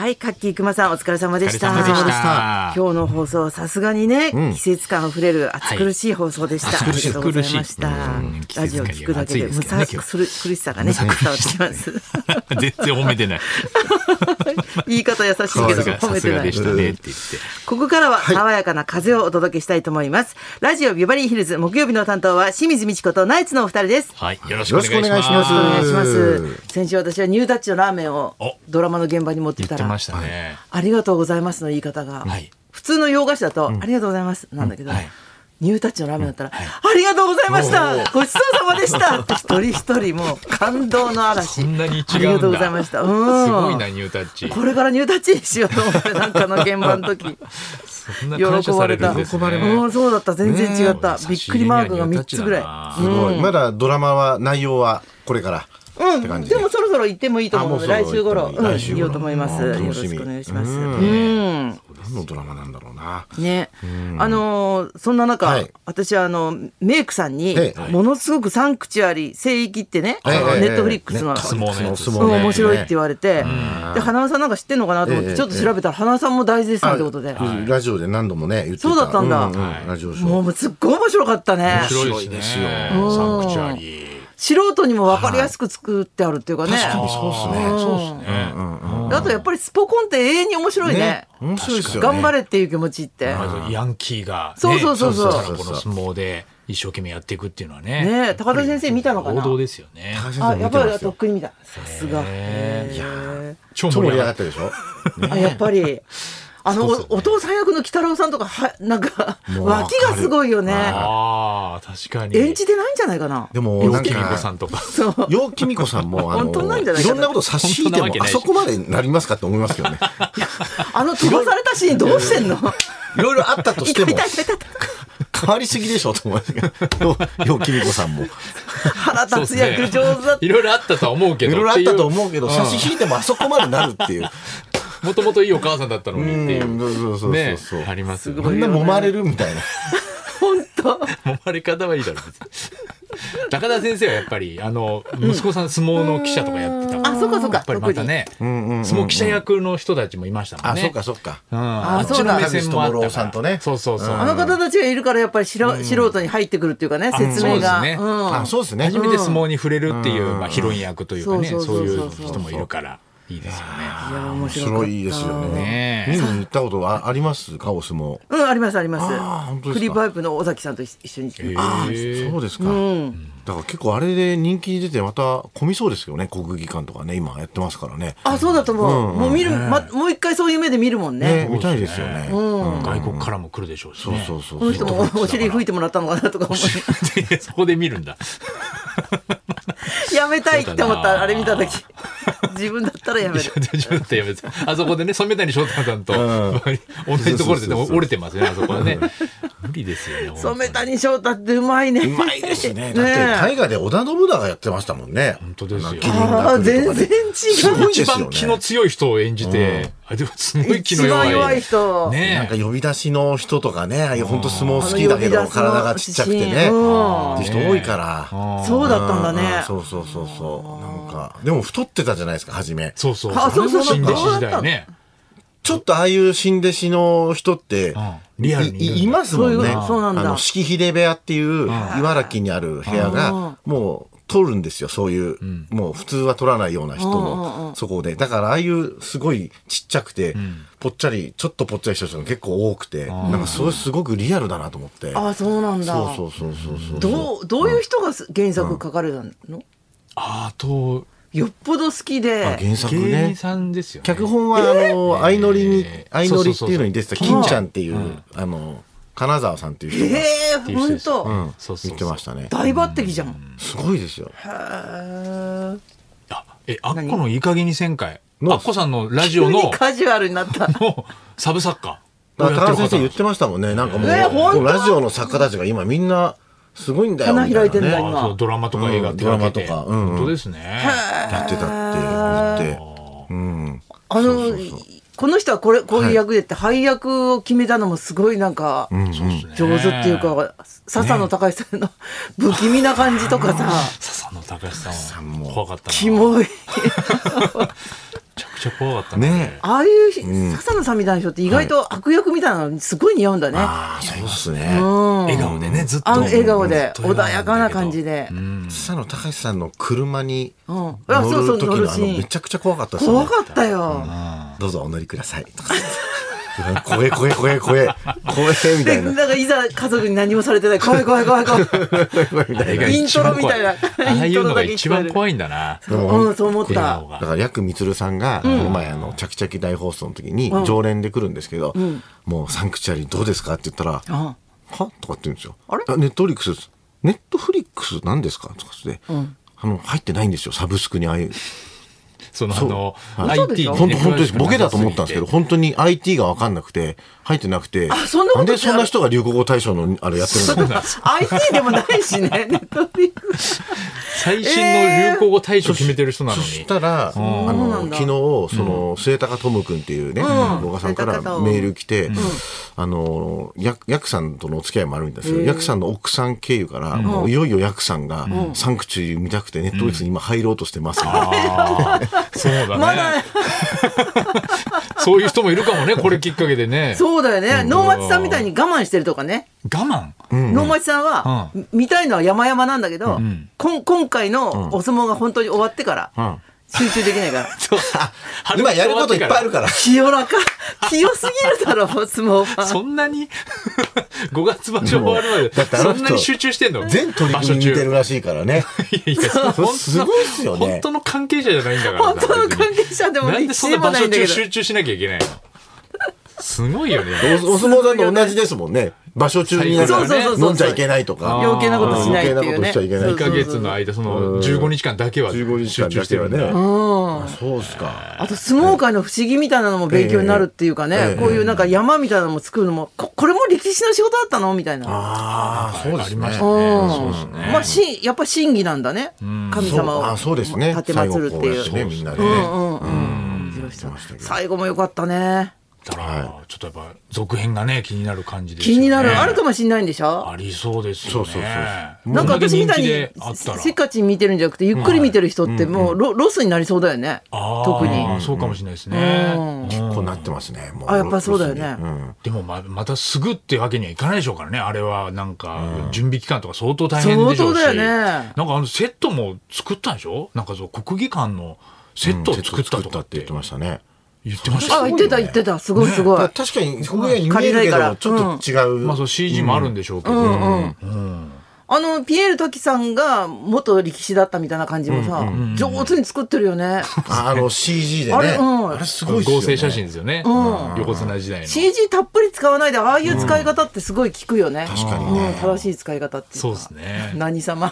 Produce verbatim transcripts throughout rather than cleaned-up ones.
はい、カッキー熊さんお疲れ様でした。 お疲れ様でした。 今日の放送はさすがにね、 うん、 季節感あふれる暑苦しい放送でした。 はい、 ありがとうございました。ラジオ聞くだけでむさ苦しさがね伝わってきます。 全然褒めてない。 言い方優しいけど褒めてない。 でしたねって言って。 ここからは爽やかな風をお届けしたいと思います。はい、ラジオビバリーヒルズ木曜日の担当は清水美智子とナイツのお二人です。 はい、よろしくお願いします。 よろしくお願いします。先週私はニュータッチのラーメンをドラマの現場に持ってきたら、 言ってましたね、 ありがとうございますの言い方が、はい、普通の洋菓子だと、うん、ありがとうございますなんだけど、うんはい、ニュータッチのラーメンだったら、うんはい、ありがとうございましたごちそうさまでしたって一人一人もう感動の嵐。 そんなに違うんだ。 ありがとうございました、うん、 すごいなニュータッチ。 これからニュータッチにしようと思ってなんかの現場の時そんな感謝されるんですね。 うん、そうだった。全然違った、びっくりマークがみっつぐらい。 すごい、うん、まだドラマは内容はこれからうん、でもそろそろ行ってもいいと思うので来週頃言おうと思います。よろしくお願いします。うん何のドラマなんだろうな。 ね、あのー、そんな中、はい、私はあのメイクさんにものすごくサンクチュアリ聖域ってね、ネットフリックスの面白いって言われて、で花輪さんなんか知ってんのかなと思ってちょっと調べたら花輪さんも大絶賛ってことで、 ラジオで何度もね言ってた。 そうだったんだ。 ラジオショーもうすっごい面白かったね。 面白いですよ。サンクチュアリ素人にも分かりやすく作ってあるっていうかね。 確かにそうですね。 そうですね。 あとやっぱりスポコンって永遠に面白いね。 面白いですよね。 頑張れっていう気持ちって。 ヤンキーがそうそうそうそう。 この相撲で一生懸命やっていくっていうのはね。 ね、高田先生見たのかな。 王道ですよね。 あ、やっぱりとっくに見た。さすが。 いや、超盛り上がったでしょ。 あ、やっぱり。あの お, ね、お父さん役の鬼太郎さんとかはなんか脇がすごいよね。 ああ確かに。 演じてないんじゃないかな。 でも陽気みこさんとか。 陽気みこさんもあの本当なんじゃないかな。 いろんなこと差し引いてもあそこまでなりますかって思いますけどね。 あの飛ばされたシーンどうしてんの。 いろいろあったとしても変わりすぎでしょと思いますけど。陽気みこさんも腹立つ役上手だった。 いろいろあったとは思うけど。 いろいろあったと思うけど差し引いてもあそこまでなるっていう。 もともといいお母さんだったのにっていう。 そうそうそうね、ありますよね。 こんな揉まれるみたいな。 本当。 揉まれ方はいいだろう。高田先生はやっぱりあの息子さん相撲の記者とかやってたから。 あ、そうかそうか。 やっぱりまたね、相撲記者役の人たちもいましたもんね。 あ、そうかそうか。 あっちの目線もあったさんとね。 そうそうそう。 あの方たちがいるからやっぱり素人に入ってくるっていうかね、説明が。 あ、そうですね。 初めて相撲に触れるっていうまあヒロイン役というかね、そういう人もいるから。いいですよね。 いや面白いですよね。見に行ったことはありますか、お相撲。 うん、ありますあります。クリーパイプの尾崎さんと一緒に。 ああ、そうですか。だから結構あれで人気出てまた混みそうですよね。国技館とかね今やってますからね。 あ、そうだと思う。もう見るもう一回そういう目で見るもんね。 見たいですよね。 外国からも来るでしょうし。 そうそうそう。 この人もお尻拭いてもらったのかなとか思ってそこで見るんだ。 やめたいって思ったあれ見た時。自分だったらやめる。 あそこでね染谷翔太さんと同じところで折れてますね。あそこはね無理ですよね。 染谷翔太ってうまいね。 うまいですね。だって大河で織田信長やってましたもんね。 本当ですよ。 あ、全然違う。 一番気の強い人を演じて、あ、でもすごい気の弱い。 一番弱い人。 ね、なんか呼び出しの人とかね、本当相撲好きだけど体がちっちゃくてね、って人多いから。 そうだったんだね。 そうそうそうそう。なんかでも太ってたじゃないですか初め。 そうそう。 あ、そうそうそう。 新弟子時代ね。 ちょっとああいう新弟子の人ってリアルにいますもんね。 そうなんだ。 あの式秀部屋っていう茨城にある部屋がもう取るんですよ。そういう、もう普通は取らないような人もそこで。だからああいうすごいちっちゃくてぽっちゃりちょっとぽっちゃりした人が結構多くて、なんかそれすごくリアルだなと思って。 あ、そうなんだ。 そうそうそうそうそう。 どうどういう人が原作書かれたの？ あと。 よっぽど好きで。 原作ね。 芸人さんですよね。 脚本はあの相乗りに相乗りっていうのに出てた金ちゃんっていうあの金沢さんっていう人が。 ええ、本当。 言ってましたね。 大抜擢じゃん。 すごいですよ。 へえ。 あ、え、あっこのいい加減にせんかい。あっこさんのラジオのカジュアルになったのサブ作家。 高田先生言ってましたもんね。なんかもうラジオの作家たちが今みんな。すごいんだよ。 花開いてんだ今。 ドラマとか映画ドラマとか本当ですね。 やってたって言って。 あのこの人はこれこういう役でって配役を決めたのもすごいなんか上手っていうか、笹野高史さんの不気味な感じとかさ。 笹野高史さんも怖かったな。 キモい。 ちゃくちゃ怖かったね。 ああいう笹野さんみたいな人って意外と悪役みたいなのすごい似合うんだね。 ああ、そうですね。 笑顔でね、ずっと。 笑顔で穏やかな感じで。 笹野隆さんの車に乗る時のあのめちゃくちゃ怖かったですね。 怖かったよ。 どうぞお乗りください。怖え怖え怖え怖え怖えみたいな。 なんかいざ家族に何もされてない怖い怖い怖い怖いイントロみたいな。 ああいうのが一番怖いんだな。 うん、そう思った。 だからヤクミツルさんがこの前あのチャキチャキ大放送の時に常連で来るんですけど、もうサンクチュアリどうですかって言ったら、はとかって言うんですよ。あれネットフリックスネットフリックスなんですかとかってあの入ってないんですよサブスクにああいう。 そのあの アイティー本当本当です。ボケだと思ったんですけど本当に アイティー が分かんなくて入ってなくて、なんでそんな人が流行語大賞のあれやってるんだ。 アイティー でもないしね。ネットフリックス最新の流行語大賞決めてる人なのに。 そしたらあの昨日その末高トム君っていうね動画さんからメール来て、あのヤクさんとのお付き合いもあるんですよ。ヤクさんの奥さん経由からもういよいよヤクさんがサンクチュアリ見たくてネットフリックスに今入ろうとしてます。 そうだね。そういう人もいるかもね、これきっかけでね。 そうだよね。能町さんみたいに我慢してるとかね。 我慢？ 能町さんは見たいのは山々なんだけど、今回のお相撲が本当に終わってから集中できないから。 今やることいっぱいあるから。 清らか、清すぎるだろ相撲は。 そんなにごがつ場所終わるまでそんなに集中してんの？ 全取り組み見てるらしいからね。 いやいや、 すごいっすよね。 本当の関係者じゃないんだから。 本当の関係者でもなんでそんな場所中集中しなきゃいけないの？すごいよね。 お相撲さんと同じですもんね。場所中になんか飲んじゃいけないとか余計なことしないっていうね。 にかげつの間そのじゅうごにちかんだけは集中してるんだ。 そうですか。 あと相撲界の不思議みたいなのも勉強になるっていうかね、こういうなんか山みたいなのも作るのもこれも力士の仕事だったのみたいな。 ああ、そうですね。 まあしやっぱ神技なんだね。神様を立て祀るっていう。 みんなでね。 最後も良かったね。 だからちょっとやっぱ続編がね気になる感じですよね。気になる。あるかもしれないんでしょ。 ありそうですよね。 なんか私みたいにせっかちに見てるんじゃなくてゆっくり見てる人ってもうロスになりそうだよね。特に。 そうかもしれないですね。 結構なってますね。 あ、やっぱそうだよね。 でもままたすぐってわけにはいかないでしょうからね。あれはなんか準備期間とか相当大変でしょうし。 相当だよね。 なんかあのセットも作ったんでしょ。なんかそう国技館のセットを作ったとかって言ってましたね。 言ってました。 あ、言ってた言ってた。すごいすごい。 確かにここに見えるけどちょっと違う。 まあそう シージー もあるんでしょうけど。 あのピエール滝さんが元力士だったみたいな感じもさ、上手に作ってるよね。 あの シージー でね。あれすごい合成写真ですよね。横綱時代の。 シージー たっぷり使わないでああいう使い方ってすごい効くよね。 確かにね。 正しい使い方っていうか。 そうですね。 何様。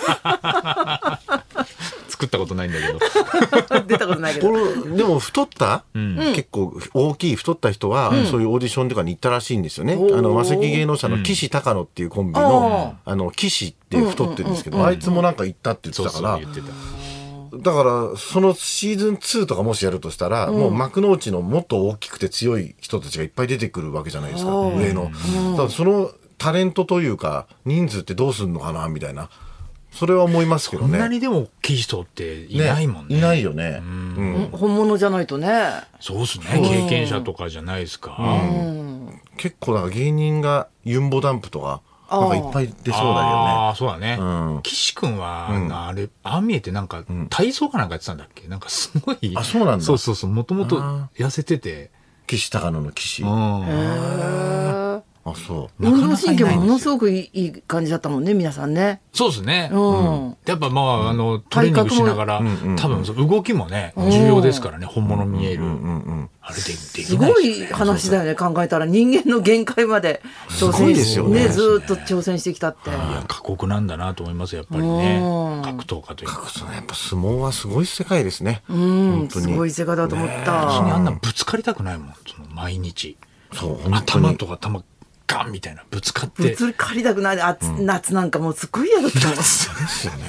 作ったことないんだけど出たことないけどでも太った、うん、結構大きい太った人は、うん、そういうオーディションとかに行ったらしいんですよね。あのマセキ芸能者の岸高野っていうコンビの、うん、あの岸って太ってるんですけど、うんうんうん、あいつもなんか行ったって言ってたから、だからそのシーズンツーとかもしやるとしたら、うん、もう幕の内のもっと大きくて強い人たちがいっぱい出てくるわけじゃないですか、上の、うん、だからそのタレントというか人数ってどうするのかなみたいな、それは思いますけどね。 そんなにでも大きい人っていないもんね。 いないよね。 本物じゃないとね。 そうですね。経験者とかじゃないですか。 結構なんか芸人がユンボダンプとかなんかいっぱい出そうだよね。 ああ、そうだね。岸君はあれああ見えてなんか体操かなんかやってたんだっけ。なんかすごい。 あ、そうなんだ。 そうそうそう。もともと痩せてて。 岸高野の岸。あ、そう。 運動神経もものすごくいい感じだったもんね、皆さんね。 そうですね。やっぱまああのトレーニングしながら多分動きもね重要ですからね、本物見える。あれでできない。 すごい話だよね、考えたら人間の限界まで挑戦してね、ずっと挑戦してきたって。いや過酷なんだなと思いますやっぱりね。格闘家というか。 格闘ね、やっぱ相撲はすごい世界ですね。 うん、すごい世界だと思った。 私にあんなぶつかりたくないもん、その毎日。そう、頭とか頭ガンみたいなぶつかってぶつかりたくない。あ、うん、夏なんかもうすっごい嫌だったもん。 ですよね。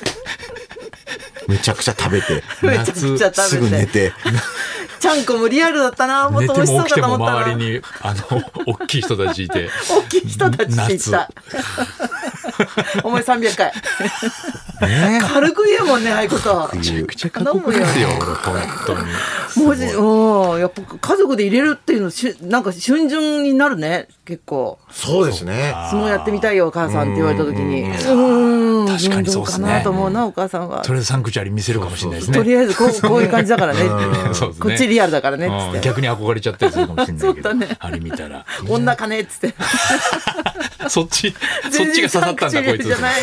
めちゃくちゃ食べてめちゃくちゃ食べてすぐ寝てちゃんこもリアルだったな。もっと美味しそうかと思ったな。 寝ても起きても周りにあの大きい人たちいて大きい人たちいたお前さんびゃっかいね、軽く言うもんね、ああいうこと。 めちゃくちゃかっこいいですよ、本当に。 もうじ、うん、やっぱ家族で入れるっていうのしなんか春巡になるね、結構。 そうですね。 相撲やってみたいよお母さんって言われた時に、 うん、確かにそうですね。 どうかなと思うな、お母さんは。 とりあえずサンクチュアリ見せるかもしれないですね。 とりあえずこうこういう感じだからね。そうですね。こっちリアルだからねっつって。 逆に憧れちゃったりするかもしれないけど。ね、あれ見たら。 女かねっつって。 そっちそっちが刺さったんだこいつ。 じゃない。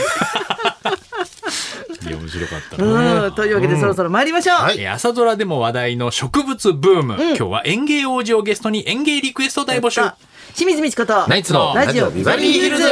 いや面白かったな。 というわけでそろそろ参りましょう。 はい、朝ドラでも話題の植物ブーム、うん、今日は園芸王子をゲストに園芸リクエスト大募集。 清水美智子とナイツのラジオビバリーヒルズ。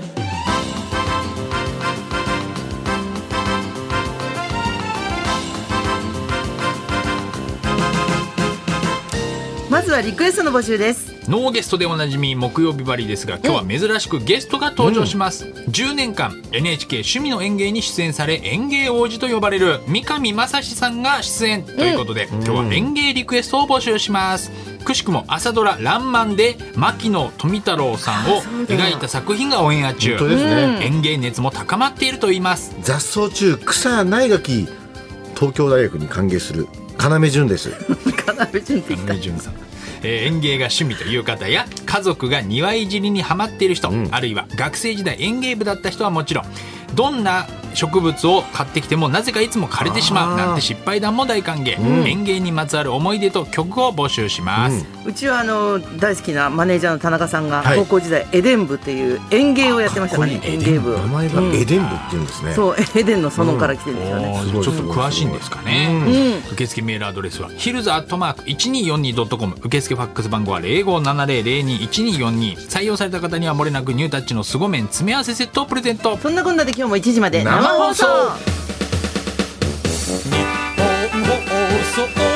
まずはリクエストの募集です。 ノーゲストでおなじみ木曜日バリですが、今日は珍しくゲストが登場します、うん、じゅうねんかん エヌエイチケー 趣味の園芸に出演され園芸王子と呼ばれる三上正史さんが出演ということで、うん、今日は園芸リクエストを募集します。くしくも朝ドラらんまんで牧野富太郎さんを描いた作品がオンエア中、 本当ですね、 園芸熱も高まっているといいます。 雑草中草苗垣東京大学に歓迎する要潤です。 要潤って言った。 要潤さん、えー、園芸が趣味という方や家族が庭いじりにハマっている人、うん、あるいは学生時代園芸部だった人はもちろん、どんな植物を買ってきてもなぜかいつも枯れてしまうなんて失敗談も大歓迎、うん、園芸にまつわる思い出と曲を募集します、 うん、うちはあの大好きなマネージャーの田中さんが高校時代、はい、エデン部っていう園芸をやってましたからね。園芸部、 名前がエデン部っていうんですね、うん、 そうエデンの園から来てるんですよね、 うん、ちょっと詳しいんですかね、うん、受付メールアドレスはヒルズアットマーク いちにーよんにードットコム、 受付ファックス番号は ゼロごーななゼロゼロにーいちにーよんにー。採用された方にはもれなくニュータッチのスゴメン詰め合わせセットをプレゼント。 そんなこんなで今日もいちじまで生放送。日本放送